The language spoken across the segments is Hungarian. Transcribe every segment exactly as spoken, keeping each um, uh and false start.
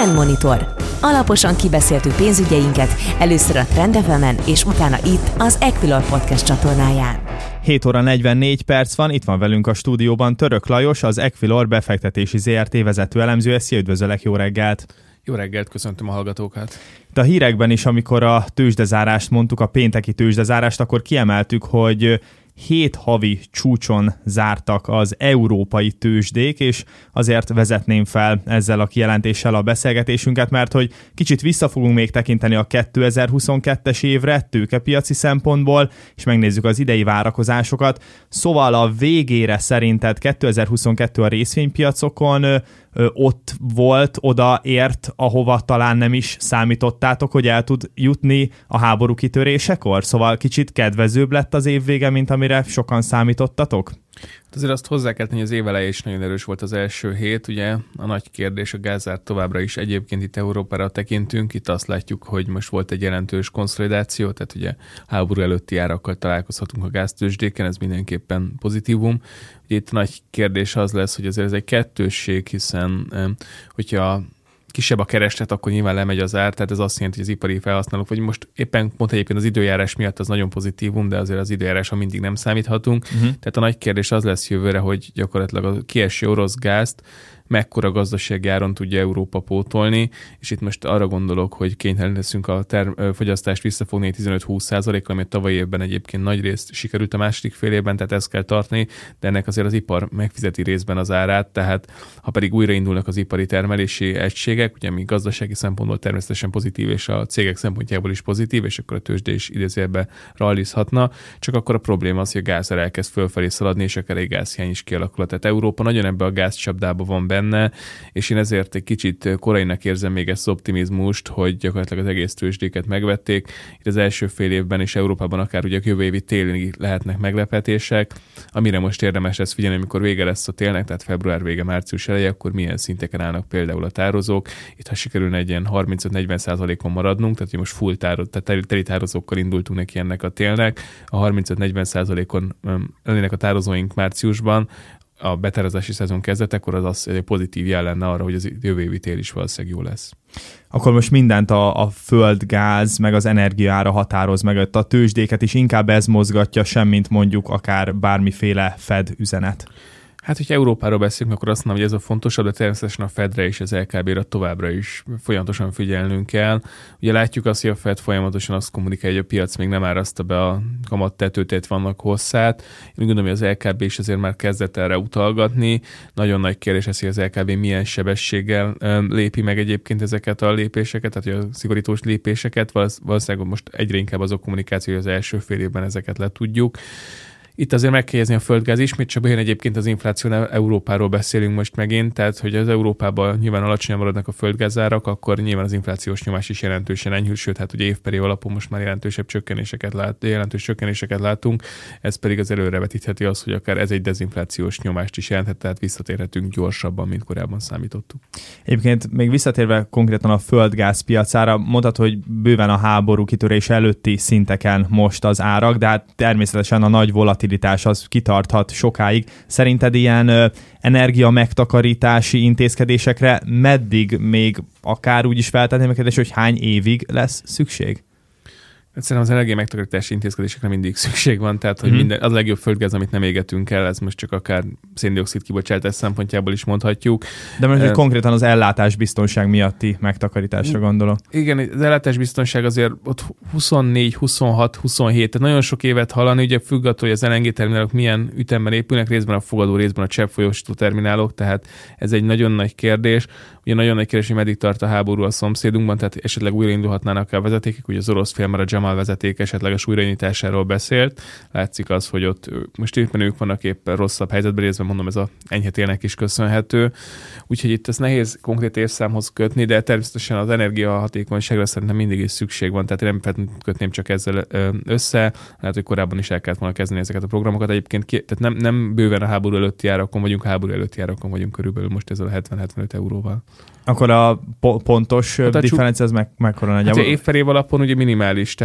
Trendmonitor. Alaposan kibeszéltük pénzügyeinket, először a Trend ef emen, és utána itt az Equilor Podcast csatornáján. hét óra negyvennégy perc van, itt van velünk a stúdióban Török Lajos, az Equilor befektetési zé er té vezető elemzője. Szia, üdvözöllek, jó reggelt! Jó reggelt, köszöntöm a hallgatókat! De a hírekben is, amikor a tőzsdezárást mondtuk, a pénteki tőzsdezárást, akkor kiemeltük, hogy hét havi csúcson zártak az európai tőzsdék, és azért vezetném fel ezzel a kijelentéssel a beszélgetésünket, mert hogy kicsit vissza fogunk még tekinteni a kétezer-huszonkettes évre tőkepiaci szempontból, és megnézzük az idei várakozásokat. Szóval a végére szerinted kétezer-huszonkettő a részvénypiacokon ö, ö, ott volt, oda ért, ahova talán nem is számítottátok, hogy el tud jutni a háború kitörésekor? Szóval kicsit kedvezőbb lett az év vége, mint amire sokan számítottatok? Azért azt hozzá kell tenni, hogy az év eleje is nagyon erős volt az első hét, ugye a nagy kérdés a gázár továbbra is egyébként itt Európára tekintünk, itt azt látjuk, hogy most volt egy jelentős konszolidáció, tehát ugye háború előtti árakkal találkozhatunk a gáztőzsdéken, ez mindenképpen pozitívum. Ugye itt nagy kérdés az lesz, hogy azért ez egy kettősség, hiszen hogyha kisebb a kereslet, akkor nyilván lemegy az ár, tehát ez azt jelenti, hogy az ipari felhasználók, vagy most éppen pont egyébként az időjárás miatt az nagyon pozitívum, de azért az időjárásra mindig nem számíthatunk. Uh-huh. Tehát a nagy kérdés az lesz jövőre, hogy gyakorlatilag a kieső orosz gázt mekkora gazdasági áron tudja Európa pótolni, és itt most arra gondolok, hogy kénytelen leszünk a term- fogyasztást visszafogni tizenöt-húsz százalékkal, ami a tavalyi évben egyébként nagy részt sikerült a második fél évben, tehát ezt kell tartani, de ennek azért az ipar megfizeti részben az árát, tehát ha pedig újraindulnak az ipari termelési egységek, ugye ami gazdasági szempontból természetesen pozitív, és a cégek szempontjából is pozitív, és akkor a tőzsde is idézőjelben rallizhatna, csak akkor a probléma az, hogy a gázár elkezd fölfelé szaladni, és akár egy gázhiány is kialakul. Tehát Európa nagyon ebbe a gázcsapdába van benne, és én ezért egy kicsit korainak érzem még ezt az optimizmust, hogy gyakorlatilag az egész tőzsdéket megvették. Itt az első fél évben is Európában akár ugye a jövő évi télig lehetnek meglepetések, amire most érdemes lesz figyelni, amikor vége lesz a télnek, tehát február vége, március eleje, akkor milyen szinteken állnak például a tározók. Itt ha sikerülne egy ilyen harmincöt-negyven százalékon maradnunk, tehát most full táro, tehát teli tározókkal indultunk neki ennek a télnek, a harmincöt-negyven százalékon lennének a tározóink márciusban, a betározási szezon kezdetekor az az egy pozitív jel lenne arra, hogy az jövő évi tél is valószínűleg jó lesz. Akkor most mindent a, a földgáz, meg az energiaára határoz meg, a tőzsdéket is inkább ez mozgatja, semmint mondjuk akár bármiféle Fed üzenet. Hát, hogyha Európáról beszélünk, akkor azt mondom, hogy ez a fontosabb, de természetesen a Fedre és az el ká bé-re továbbra is folyamatosan figyelnünk kell. Ugye látjuk azt, hogy a Fed folyamatosan azt kommunikálja, hogy a piac még nem áraszta be a kamat tetőtét vannak hosszát. Én úgy gondolom, hogy az el ká bé is azért már kezdett erre utalgatni. Nagyon nagy kérdés az, hogy az el ká bé milyen sebességgel lépi meg egyébként ezeket a lépéseket, tehát hogy a szigorítós lépéseket. Valószínűleg most egyre inkább az a kommunikáció, hogy az első fél évben ezeket letudjuk. Itt azért meg kell jegyezni a földgáz ismét, csak bejön egyébként az infláció, Európáról beszélünk most megint, tehát hogy az Európában nyilván alacsonyan maradnak a földgázárak, akkor nyilván az inflációs nyomás is jelentősen enyhül, sőt, hát ugye év per év alapon most már jelentősebb csökkenéseket lát, jelentős csökkenéseket látunk, ez pedig az előrevetítheti azt, hogy akár ez egy dezinflációs nyomást is jelenthet, tehát visszatérhetünk gyorsabban, mint korábban számítottuk. Egyébként még visszatérve konkrétan a földgáz piacára, mondhatod, hogy bőven a háború kitörés előtti szinteken most az árak, de hát természetesen a nagy volatilitás az kitarthat sokáig. Szerinted ilyen ö, energia megtakarítási intézkedésekre meddig még akár úgy is feltetném a kérdést, hogy hány évig lesz szükség? Egyszerűen az energia megtakarítási intézkedésekre mindig szükség van, tehát hogy mm. minden, az a legjobb földgáz, amit nem égetünk el, ez most csak akár széndioxid kibocsátás szempontjából is mondhatjuk. De most uh, konkrétan az ellátásbiztonság miatti megtakarításra gondolom. Igen, az ellátásbiztonság azért ott huszonnégy, huszonhat, huszonhét, tehát nagyon sok évet hallani, ugye függ attól, hogy az el en gé terminálok milyen ütemben épülnek, részben a fogadó, részben a cseppfolyósító terminálok, tehát ez egy nagyon nagy kérdés. Ugye nagyon nagy kérdés, hogy meddig tart a háború a szomszédunkban, tehát esetleg újraindulhatnának a vezetékek, ugye az orosz fél már a Jamal vezeték esetleges újraindításáról beszélt. Látszik az, hogy ott most éppen ők vannak éppen rosszabb helyzetben, részben mondom, ez a enyhe télnek is köszönhető. Úgyhogy itt ez nehéz konkrét évszámhoz kötni, de természetesen az energiahatékonyságra szerintem mindig is szükség van, tehát én nem feltétlenül kötném csak ezzel össze. Lehet, hogy korábban is el kellett volna kezdeni ezeket a programokat. Egyébként tehát nem, nem bőven a háború előtti árakon vagyunk, háború előtti árakon vagyunk körülbelül most ezzel a hetven-hetvenöt euróval. Akkor a po- pontos hát differencia az meg, mekkora nagyjából? Hát év per év alapon ugye minimális, tehát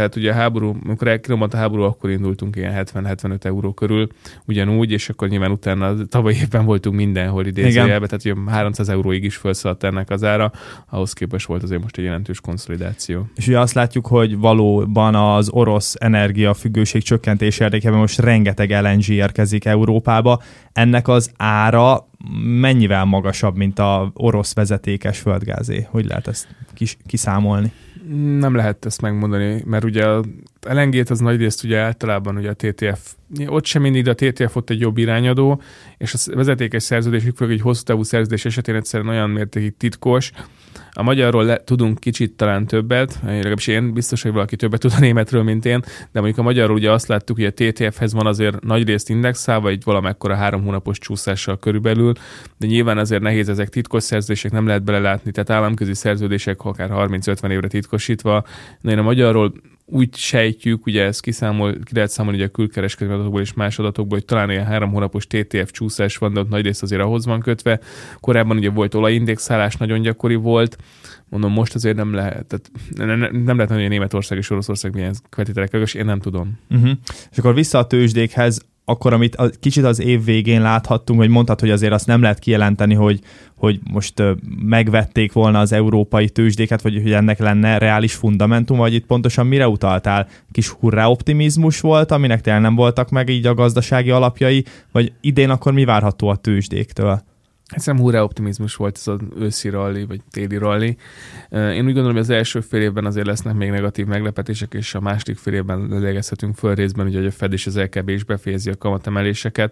tehát ugye a háború, amikor elkirobbant a háború, akkor indultunk ilyen hetven-hetvenöt euró körül, ugyanúgy, és akkor nyilván utána tavaly évben voltunk mindenhol idézőjelben, tehát ugye háromszáz euróig is felszaladt ennek az ára, ahhoz képest volt azért most egy jelentős konszolidáció. És ugye azt látjuk, hogy valóban az orosz energiafüggőség csökkentés érdekében most rengeteg el en gé érkezik Európába. Ennek az ára mennyivel magasabb, mint az orosz vezetékes földgázé? Hogy lehet ezt kis, kiszámolni? Nem lehet ezt megmondani, mert ugye a el en gét az nagyrészt ugye általában ugye a té té ef, ott sem mindig, de a té té ef ott egy jobb irányadó, és a vezetékes szerződésük, főleg egy hosszú távú szerződés esetén egyszerűen olyan mértékig titkos. A magyarról le, tudunk kicsit talán többet, legalábbis én biztos, hogy valaki többet tud a németről, mint én, de mondjuk a magyarról ugye azt láttuk, hogy a té té efhez van azért nagyrészt indexálva, egy valamekkora három hónapos csúszással körülbelül, de nyilván azért nehéz, ezek titkos szerződések, nem lehet belelátni, tehát államközi szerződések akár harminc-ötven évre titkosítva. De én a magyarról úgy sejtjük, ugye ezt kiszámol, ki lehet számolni ugye a külkereskedelmi adatokból és más adatokból, hogy talán ilyen három hónapos té té ef csúszás van, de ott nagyrészt azért ahhoz van kötve. Korábban ugye volt olajindexálás, nagyon gyakori volt. Mondom, most azért nem lehet, tehát nem, nem lehet, hogy Németország és Oroszország milyen feltételekkel, és én nem tudom. Uh-huh. És akkor vissza a tőzsdékhez, akkor amit a, kicsit az év végén láthattunk, hogy mondtad, hogy azért azt nem lehet kijelenteni, hogy, hogy most uh, megvették volna az európai tőzsdéket, vagy hogy ennek lenne reális fundamentum, vagy itt pontosan mire utaltál? Kis hurrá optimizmus volt, aminek tényleg nem voltak meg így a gazdasági alapjai, vagy idén akkor mi várható a tőzsdéktől? Egyszerűen hurrá optimizmus volt ez az őszi ralli, vagy téli ralli. Én úgy gondolom, hogy az első fél évben azért lesznek még negatív meglepetések, és a második fél évben lelégezhetünk föl részben, ugye, hogy a Fed és az el ká bé is befejezi a kamatemeléseket.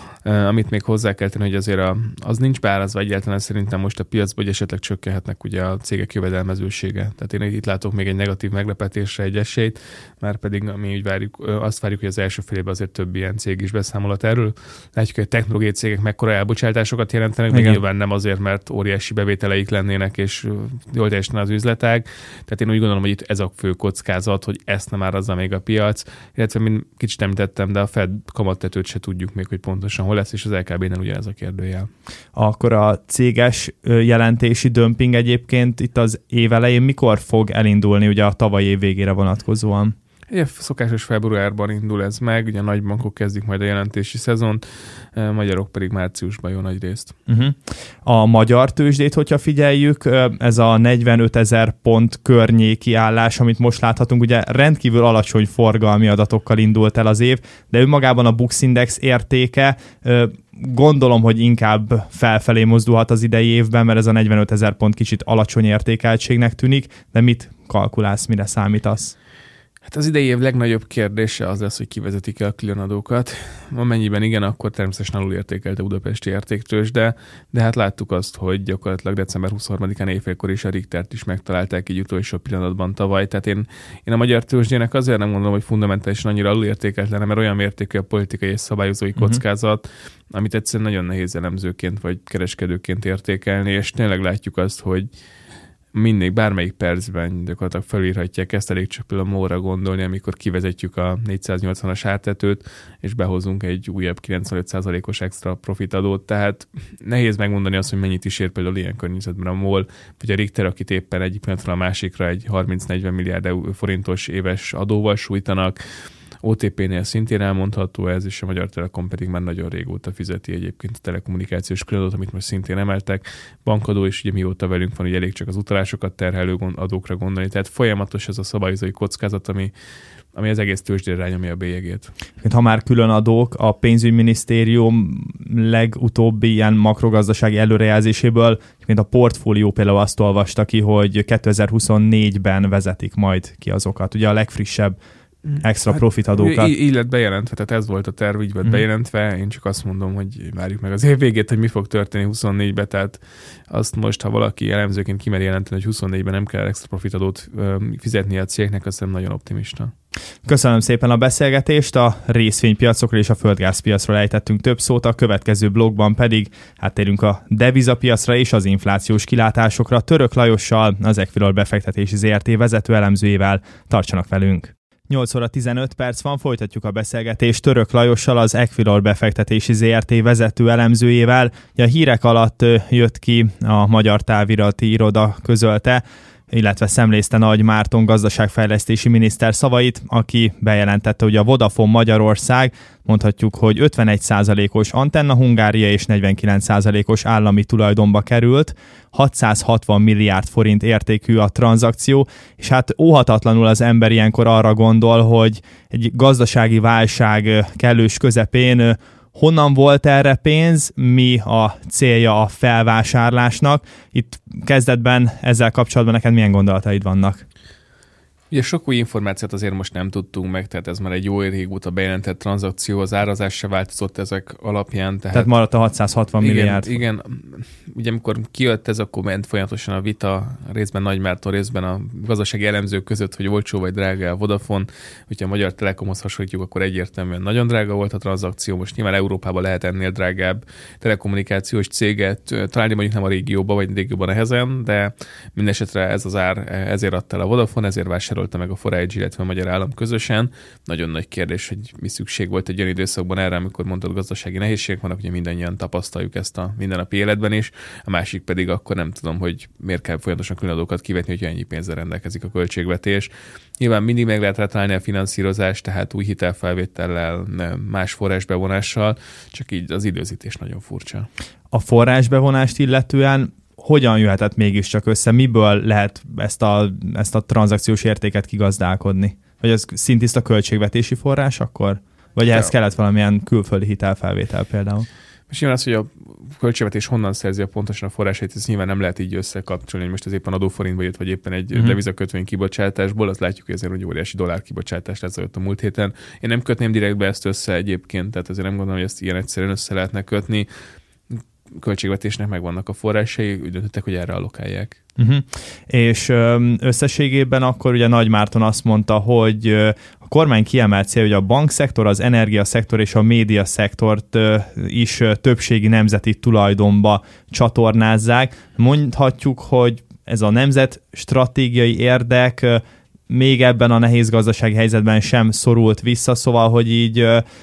Amit még hozzá kell tenni, hogy azért a, az nincs beárazva egyáltalán szerintem most a piacban, hogy esetleg csökkenhetnek ugye a cégek jövedelmezősége. Tehát én itt látok még egy negatív meglepetésre egy esélyt, már pedig mi úgy várjuk, azt várjuk, hogy az első fél évben azért több ilyen cég is beszámolat erről. Látjuk, hogy a technológiai cégek mekkora elbocsátásokat jelentenek, de nyilván nem azért, mert óriási bevételeik lennének, és jól teljesítene az üzletág. Tehát én úgy gondolom, hogy itt ez a fő kockázat, hogy ezt nem árazza még a piac, illetve mint kicsit említettem, de a Fed kamattetőt se tudjuk még, hogy pontosan hol lesz, és az el ká bé-nél ugye ez a kérdőjel. Akkor a céges jelentési dömping egyébként itt az év elején mikor fog elindulni, ugye a tavalyi év végére vonatkozóan? Ugye szokásos februárban indul ez meg, ugye a nagybankok kezdik majd a jelentési szezont, magyarok pedig márciusban jó nagy részt. Uh-huh. A magyar tőzsdét, hogyha figyeljük, ez a negyvenötezer pont környéki állás, amit most láthatunk, ugye rendkívül alacsony forgalmi adatokkal indult el az év, de önmagában a Bux Index értéke gondolom, hogy inkább felfelé mozdulhat az idei évben, mert ez a negyvenötezer pont kicsit alacsony értékeltségnek tűnik, de mit kalkulálsz, mire számítasz? Hát az idei év legnagyobb kérdése az lesz, hogy kivezetik el a különadókat. Amennyiben igen, akkor természetesen alulértékelte budapesti értéktőzsde, de hát láttuk azt, hogy gyakorlatilag december huszonharmadikán éjfélkor is a Richtert is megtalálták így utolsó pillanatban tavaly. Tehát én, én a magyar tőzsdének azért nem mondom, hogy fundamentálisan annyira alulértékelt lenne, mert olyan mértékű a politikai és szabályozói uh-huh. kockázat, amit egyszerűen nagyon nehéz elemzőként vagy kereskedőként értékelni, és tényleg látjuk azt, hogy mindig, bármelyik percben gyakorlatilag felírhatják ezt, elég csak például móra gondolni, amikor kivezetjük a négyszáznyolcvanas ártetőt, és behozunk egy újabb kilencvenöt százalékos extra profitadót, tehát nehéz megmondani azt, hogy mennyit is ér például ilyen környezetben a MOL, vagy a Richter, akit éppen egyik pillanatra a másikra egy harminc-negyven milliárd forintos éves adóval sújtanak. o té pé-nél szintén elmondható ez, és a Magyar Telekom pedig már nagyon régóta fizeti egyébként a telekommunikációs különadót, amit most szintén emeltek. Bankadó is ugye mióta velünk van, hogy elég csak az utalásokat terhelő adókra gondolni. Tehát folyamatos ez a szabályozói kockázat, ami, ami az egész tőzsdére rányomja a bélyegét. Ha már különadók, a pénzügyminisztérium legutóbbi ilyen makrogazdasági előrejelzéséből, mint a portfólió például azt olvasta ki, hogy kétezer-huszonnégyben vezetik majd ki azokat. Ugye a legfrissebb extra hát, profitadókat. Így lett bejelentve, tehát ez volt a terv, így lett hmm. bejelentve. Én csak azt mondom, hogy várjuk meg az év végét, hogy mi fog történni huszonnégyben, tehát azt most, ha valaki elemzőként kimer jelenteni, hogy huszonnégyben nem kell extra profitadót fizetni a cégnek, azt nem nagyon optimista. Köszönöm szépen a beszélgetést, a részvénypiacokról és a földgázpiacról ejtettünk több szót, a következő blogban pedig áttérünk a devizapiacra és az inflációs kilátásokra. Török Lajossal, az Equilor befektetési zé er té vezető elemzőjével. Tartsanak velünk! nyolc óra tizenöt perc van, folytatjuk a beszélgetést Török Lajossal, az Equilor befektetési zé er té vezető elemzőjével. A hírek alatt jött ki, a Magyar Távirati Iroda közölte, illetve szemlézte Nagy Márton gazdaságfejlesztési miniszter szavait, aki bejelentette, hogy a Vodafone Magyarország mondhatjuk, hogy ötvenegy százalékos Antenna Hungária és negyvenkilenc százalékos állami tulajdonba került, hatszázhatvan milliárd forint értékű a tranzakció, és hát óhatatlanul az ember ilyenkor arra gondol, hogy egy gazdasági válság kellős közepén honnan volt erre pénz, mi a célja a felvásárlásnak. Itt kezdetben ezzel kapcsolatban neked milyen gondolataid vannak? Ugye sok új információt azért most nem tudtunk meg, tehát ez már egy jó régóta bejelentett tranzakció, az árazás se változott ezek alapján. Tehát, tehát maradt a hatszázhatvan igen, milliárd. Igen, ugye amikor kijött ez, akkor ment folyamatosan a vita, részben Nagy Márton, részben a gazdasági elemzők között, hogy olcsó vagy drága a Vodafone. Hogyha a Magyar Telekomhoz hasonlítjuk, akkor egyértelműen nagyon drága volt a tranzakció. Most nyilván Európában lehet ennél drágább telekommunikációs céget találni, mondjuk nem a régióban, vagy a régióban nehezen, de mindesetre ez az ár, ezért adta el a Vodafone, ezért vásárolta meg a four I G, illetve a magyar állam közösen. Nagyon nagy kérdés, hogy mi szükség volt egy olyan időszakban erre, amikor mondtad, gazdasági nehézségek vannak, ugye mindannyian tapasztaljuk ezt a mindennapi életben is. A másik pedig akkor nem tudom, hogy miért kell folyamatosan különadókat kivetni, hogy ennyi pénzzel rendelkezik a költségvetés. Nyilván mindig meg lehet rá találni a finanszírozást, tehát új hitelfelvétellel, más forrásbevonással, csak így az időzítés nagyon furcsa. A forrásbevonást illetően hogyan jöhetett mégiscsak össze? Miből lehet ezt a, ezt a tranzakciós értéket kigazdálkodni? Vagy ez szintiszta költségvetési forrás akkor? Vagy ehhez kellett valamilyen külföldi hitelfelvétel például? És nyilván az, hogy a költségvetés honnan szerzi a pontosan a forrásait, ez nyilván nem lehet így összekapcsolni, hogy most ez éppen adóforintba jött, vagy éppen egy uh-huh. devizakötvény kibocsátásból, azt látjuk, hogy ezért egy óriási dollár kibocsátás lesz a múlt héten. Én nem kötném direktbe ezt össze egyébként, tehát azért nem gondolom, hogy ezt ilyen egyszerűen össze lehetne kötni. Költségvetésnek megvannak a forrásai, úgy döntöttek, hogy erre allokálják. Uh-huh. És ö, összességében akkor ugye Nagy Márton azt mondta, hogy ö, a kormány kiemelt cél, hogy a bankszektor, az energiaszektor és a médiaszektort ö, is ö, többségi nemzeti tulajdonba csatornázzák. Mondhatjuk, hogy ez a nemzet stratégiai érdek ö, még ebben a nehéz gazdasági helyzetben sem szorult vissza, szóval, hogy így,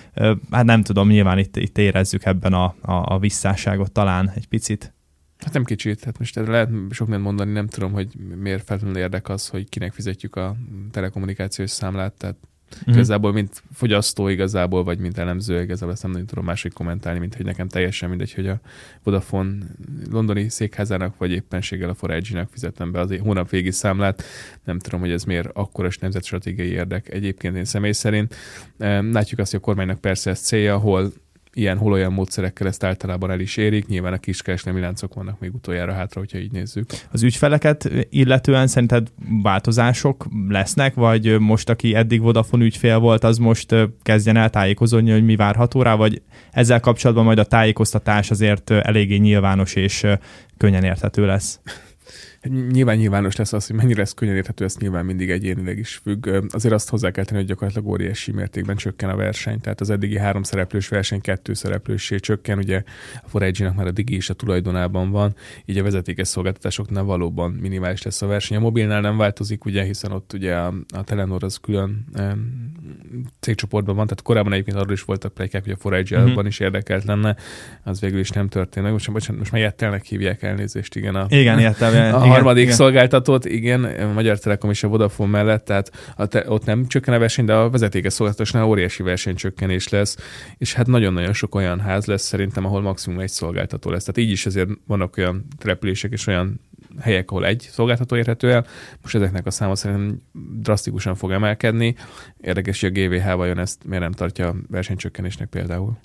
hát nem tudom, nyilván itt, itt érezzük ebben a, a, a visszáságot talán egy picit. Hát nem kicsit, hát most erre lehet sok mindent mondani, nem tudom, hogy miért feltétlenül érdek az, hogy kinek fizetjük a telekommunikációs számlát, tehát mm. igazából, mint fogyasztó igazából, vagy mint elemző, igazából ezt nem nagyon tudom máshogy kommentálni, mint hogy nekem teljesen mindegy, hogy a Vodafone londoni székházának, vagy éppenséggel a four I G-nak fizettem be az hónap végi számlát. Nem tudom, hogy ez miért akkoras nemzetstratégiai érdek egyébként én személy szerint. Látjuk azt, hogy a kormánynak persze ez célja, hol ilyen, hol olyan módszerekkel ezt általában el is érik. Nyilván a kiskereskedelmi láncok vannak még utoljára hátra, hogyha így nézzük. Az ügyfeleket illetően szerinted változások lesznek, vagy most, aki eddig Vodafone ügyfél volt, az most kezdjen el tájékozódni, hogy mi várható rá, vagy ezzel kapcsolatban majd a tájékoztatás azért eléggé nyilvános és könnyen érthető lesz? Nyilván nyilvános lesz az, hogy mennyire lesz könnyen érthető, ezt nyilván mindig egyénileg is függ. Azért azt hozzá kell tenni, hogy gyakorlatilag óriási mértékben csökken a verseny. Tehát az eddigi három szereplős verseny kettő szereplőssé csökken. Ugye a four I G-nak már a Digi is a tulajdonában van, így a vezetékes szolgáltatásoknál valóban minimális lesz a verseny. A mobilnál nem változik, ugye, hiszen ott ugye a, a Telenor az külön um, cégcsoportban van, tehát korábban egyébként arról is voltak pletykák, hogy a four I G-ban mm-hmm. is érdekelt lenne, az végül is nem történt. Most, most, most már Jettelnek hívják, elnézést, igen. A, igen, Jettel, a harmadik igen. szolgáltatót, igen, a Magyar Telekom és a Vodafone mellett, tehát a te, ott nem csökken a verseny, de a vezetékes szolgáltatásnál óriási versenycsökkenés lesz, és hát nagyon-nagyon sok olyan ház lesz szerintem, ahol maximum egy szolgáltató lesz. Tehát így is azért vannak olyan települések és olyan helyek, ahol egy szolgáltató érhető el. Most ezeknek a száma szerintem drasztikusan fog emelkedni. Érdekes, hogy a G V H vajon ezt miért nem tartja versenycsökkenésnek például.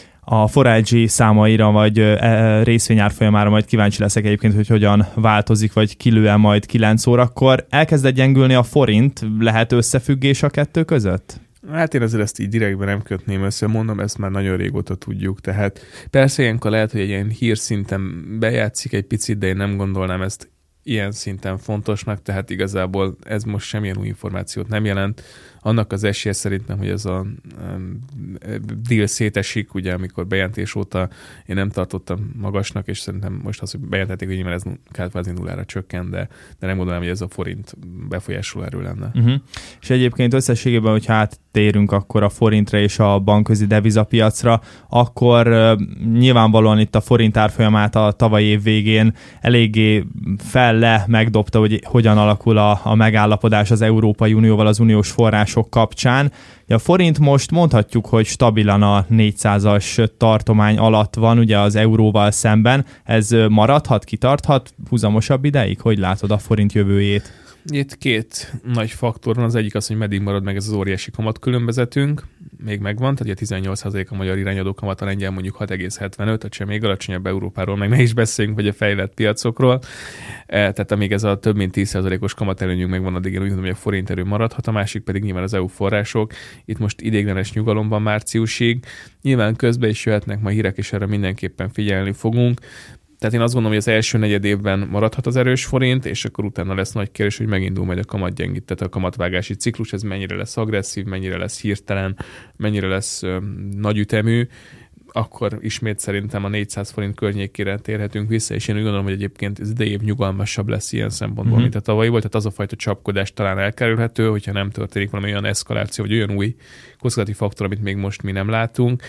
A four I G számaira, vagy e, részvényárfolyamára majd kíváncsi leszek egyébként, hogy hogyan változik, vagy kilő-e majd kilenc órakor. Elkezdett gyengülni a forint, lehet összefüggés a kettő között? Hát én azért ezt így direktben nem kötném össze, mondom, ezt már nagyon régóta tudjuk, tehát persze ilyenkor lehet, hogy egy ilyen hírszinten bejátszik egy picit, de én nem gondolnám ezt ilyen szinten fontosnak, tehát igazából ez most semmilyen új információt nem jelent. Annak az esélye szerintem, hogy ez a deal szétesik, ugye amikor bejelentés óta én nem tartottam magasnak, és szerintem most az, hogy bejelentették, hogy nyilván ez kvázi nullára csökken, de, de nem gondolom, hogy ez a forint befolyásoló erő lenne. Uh-huh. És egyébként összességében, hogyha áttérünk akkor a forintra és a bankközi devizapiacra, akkor uh, nyilvánvalóan itt a forint árfolyamát a tavalyi év végén eléggé fel-le megdobta, hogy hogyan alakul a, a megállapodás az Európai Unióval az uniós források kapcsán. A forint most mondhatjuk, hogy stabilan a négyszázas tartomány alatt van, ugye az euróval szemben. Ez maradhat, kitarthat húzamosabb ideig? Hogy látod a forint jövőjét? Itt két nagy faktor van. Az egyik az, hogy meddig marad meg ez az óriási kamatkülönbözetünk. Még megvan, tehát ugye tizennyolc százalék a magyar irányadó kamat, a lengyel mondjuk hat egész hetvenöt, tehát sem még alacsonyabb Európáról, meg ne is beszéljünk, vagy a fejlett piacokról. Tehát amíg ez a több mint tíz százalékos kamatelőnyünk megvan, addig én úgy gondolom, hogy a forint erő maradhat, a másik pedig nyilván az é u források. Itt most ideiglenes nyugalomban márciusig. Nyilván közben is jöhetnek ma hírek, és erre mindenképpen figyelni fogunk. Tehát én azt gondolom, hogy az első negyed évben maradhat az erős forint, és akkor utána lesz nagy kérdés, hogy megindul majd a kamatgyengít, tehát a kamatvágási ciklus, ez mennyire lesz agresszív, mennyire lesz hirtelen, mennyire lesz ö, nagyütemű, akkor ismét szerintem a négyszáz forint környékére térhetünk vissza, és én úgy gondolom, hogy egyébként az idei év nyugalmasabb lesz ilyen szempontból, mm-hmm. mint a tavalyi volt, tehát az a fajta csapkodás talán elkerülhető, hogyha nem történik valami olyan eszkaláció, vagy olyan új kockázati faktor, amit még most mi nem látunk,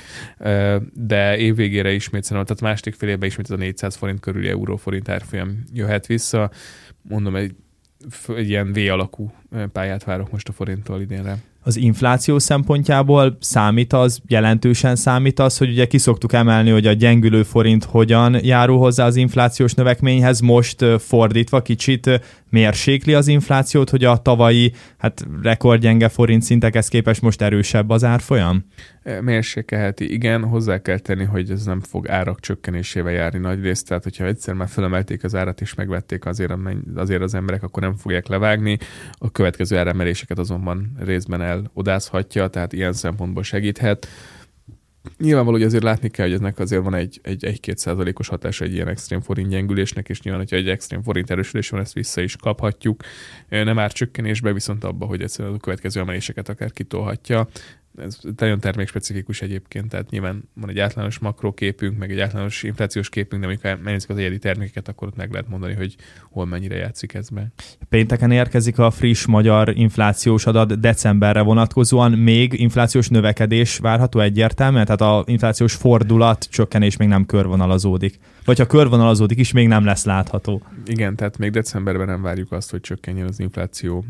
de évvégére ismét szerintem, tehát második fél évben ismét az a négyszáz forint körüli euró-forint árfolyam jöhet vissza. Mondom, egy, egy ilyen V-alakú pályát várok most a forinttól idénre. Az infláció szempontjából számít az, jelentősen számít az, hogy ugye kiszoktuk emelni, hogy a gyengülő forint hogyan járul hozzá az inflációs növekményhez, most fordítva kicsit mérsékli az inflációt, hogy a tavalyi hát rekordgyenge forint szintekhez képest most erősebb az árfolyam? Mérsékelheti, igen, hozzá kell tenni, hogy ez nem fog árak csökkenésével járni nagy részt, tehát hogyha egyszer már felemelték az árat és megvették azért, azért az emberek, akkor nem fogják levágni. A következő áremeléseket azonban részben elodázhatja, tehát ilyen szempontból segíthet. Nyilvánvaló, hogy azért látni kell, hogy ennek azért van egy, egy egy-két százalékos hatása egy ilyen extrém forint gyengülésnek, és nyilván, hogyha egy extrém forint erősödés van, ezt vissza is kaphatjuk. Nem árcsökkenésbe, viszont abba, hogy egyszerűen a következő emeléseket akár kitolhatja. Ez nagyon termékspecifikus egyébként, tehát nyilván van egy általános makróképünk, meg egy általános inflációs képünk, de amikor megnézzük az egyedi termékeket, akkor ott meg lehet mondani, hogy hol mennyire játszik ez be. Pénteken érkezik a friss magyar inflációs adat decemberre vonatkozóan. Még inflációs növekedés várható egyértelműen? Tehát az inflációs fordulat, csökkenés még nem körvonalazódik. Vagy ha körvonalazódik is, még nem lesz látható. Igen, tehát még decemberben nem várjuk azt, hogy csökkenjen az infláció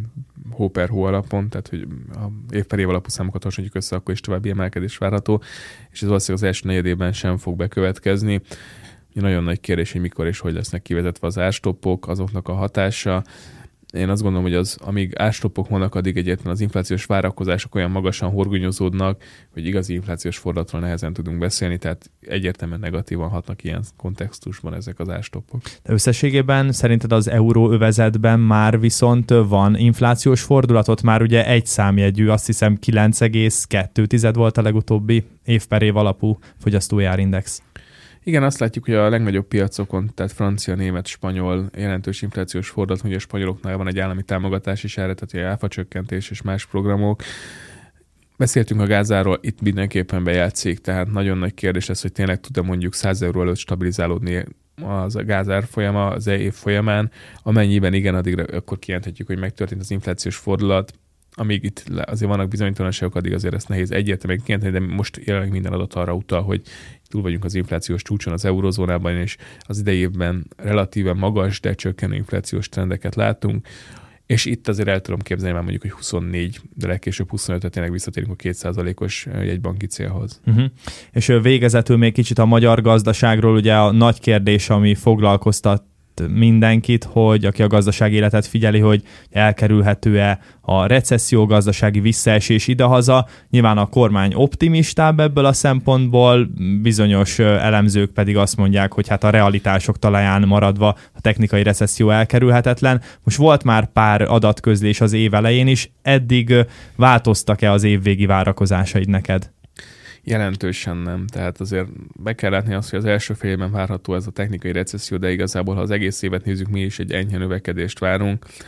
hó per hó alapon, tehát hogy a év per év alapú számokat hasonlítjuk össze, akkor is további emelkedés várható, és ez valószínűleg az első negyedében sem fog bekövetkezni. Nagyon nagy kérdés, hogy mikor és hogy lesznek kivezetve az árstoppok, azoknak a hatása. Én azt gondolom, hogy az, amíg árstoppok vannak, addig egyetlen az inflációs várakozások olyan magasan horgonyozódnak, hogy igazi inflációs fordulatról nehezen tudunk beszélni, tehát egyértelműen negatívan hatnak ilyen kontextusban ezek az árstoppok. De összességében szerinted az euróövezetben már viszont van inflációs fordulatot, már ugye egy számjegyű, azt hiszem kilenc egész kettő volt a legutóbbi év per év alapú fogyasztójárindex. Igen, azt látjuk, hogy a legnagyobb piacokon, tehát francia, német, spanyol jelentős inflációs fordulat, hogy a spanyoloknál van egy állami támogatás is erre, tehát egy áfacsökkentés és más programok. Beszéltünk a gázáról, itt mindenképpen bejátszik, tehát nagyon nagy kérdés lesz, hogy tényleg tud-e mondjuk száz euró előtt stabilizálódni az a gázár folyama az év folyamán. Amennyiben igen, addigra akkor kijelenthetjük, hogy megtörtént az inflációs fordulat. Amíg itt azért vannak bizonytalanságok, addig azért ezt nehéz egyértelműen kijelenteni, de most jelenleg minden adat arra utal, hogy túl vagyunk az inflációs csúcson az eurozónában, és az idei évben relatíven magas, de csökkenő inflációs trendeket látunk. És itt azért el tudom képzelni már mondjuk, hogy huszonnégy, de legkésőbb huszonöt, tényleg visszatérünk a két százalékos jegybanki célhoz. Uh-huh. És végezetül még kicsit a magyar gazdaságról, ugye a nagy kérdés, ami foglalkoztat mindenkit, hogy aki a gazdasági életet figyeli, hogy elkerülhető-e a recesszió, gazdasági visszaesés idehaza. Nyilván a kormány optimistább ebből a szempontból, bizonyos elemzők pedig azt mondják, hogy hát a realitások talaján maradva a technikai recesszió elkerülhetetlen. Most volt már pár adatközlés az év elején is, eddig változtak-e az évvégi várakozásaid neked? Jelentősen nem. Tehát azért be kell látni azt, hogy az első fél évben várható ez a technikai recesszió, de igazából, ha az egész évet nézzük, mi is egy enyhe növekedést várunk.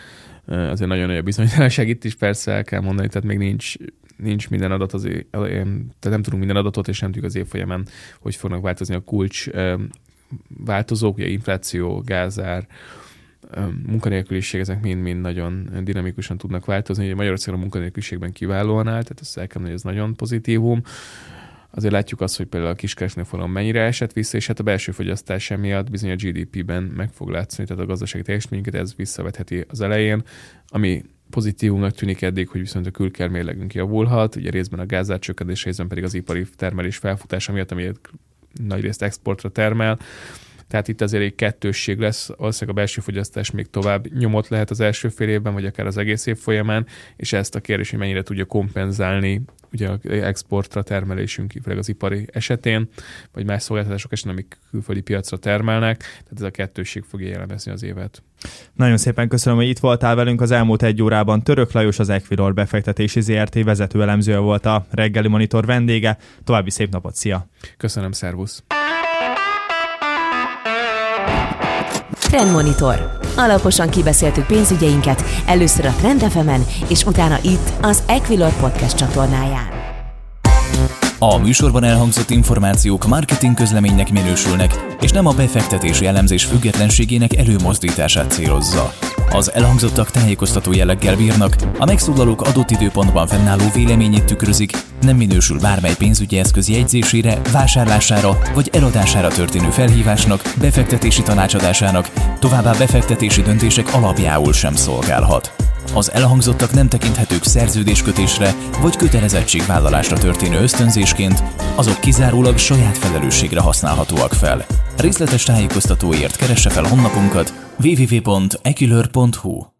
azért nagyon nagy a bizonytalanság itt is, persze el kell mondani, tehát még nincs, nincs minden adat, az, tehát nem tudunk minden adatot, és nem tudjuk az év folyamán, hogy fognak változni a kulcs változók, ugye infláció, gázár, munkanélküliség, ezek mind-mind nagyon dinamikusan tudnak változni. Ugye Magyarországon a munkanélküliségben kiválóan áll, tehát ezt el kell mondani, ez nagyon pozitívum. Azért látjuk azt, hogy például a kiskereskedelmi forgalom mennyire esett vissza, és hát a belső fogyasztás emiatt bizony a gé dé pében meg fog látszani, tehát a gazdasági teljesítményünket ez visszavetheti az elején, ami pozitívumnak tűnik eddig, hogy viszont a külker mérlegünk javulhat, ugye részben a gázár csökkentés, részben pedig az ipari termelés felfutása miatt, ami nagyrészt exportra termel. Tehát itt azért egy kettősség lesz, valószínűleg a belső fogyasztás még tovább nyomott lehet az első fél évben, vagy akár az egész év folyamán, és ezt a kérdés, hogy mennyire tudja kompenzálni ugye az exportra termelésünk, főleg az ipari esetén, vagy más szolgáltatások esetén, amik külföldi piacra termelnek, tehát ez a kettősség fogja jellemezni az évet. Nagyon szépen köszönöm, hogy itt voltál velünk az elmúlt egy órában. Török Lajos, az Equilor befektetési zé er té vezető elemzője volt a reggeli monitor vendége. További szép napot, szia! Köszönöm, szervusz! Trendmonitor. Alaposan kibeszéltük pénzügyeinket, először a Trend ef emen, és utána itt az Equilor Podcast csatornáján. A műsorban elhangzott információk marketing közleménynek minősülnek, és nem a befektetési elemzés függetlenségének előmozdítását célozza. Az elhangzottak tájékoztató jelleggel bírnak, a megszólalók adott időpontban fennálló véleményét tükrözik, nem minősül bármely pénzügyi eszköz jegyzésére, vásárlására vagy eladására történő felhívásnak, befektetési tanácsadásának, továbbá befektetési döntések alapjául sem szolgálhat. Az elhangzottak nem tekinthetők szerződéskötésre vagy kötelezettségvállalásra történő ösztönzésként, azok kizárólag saját felelősségre használhatóak fel. Részletes tájékoztatóért keresse fel honlapunkat double-u double-u double-u pont equilor pont hu.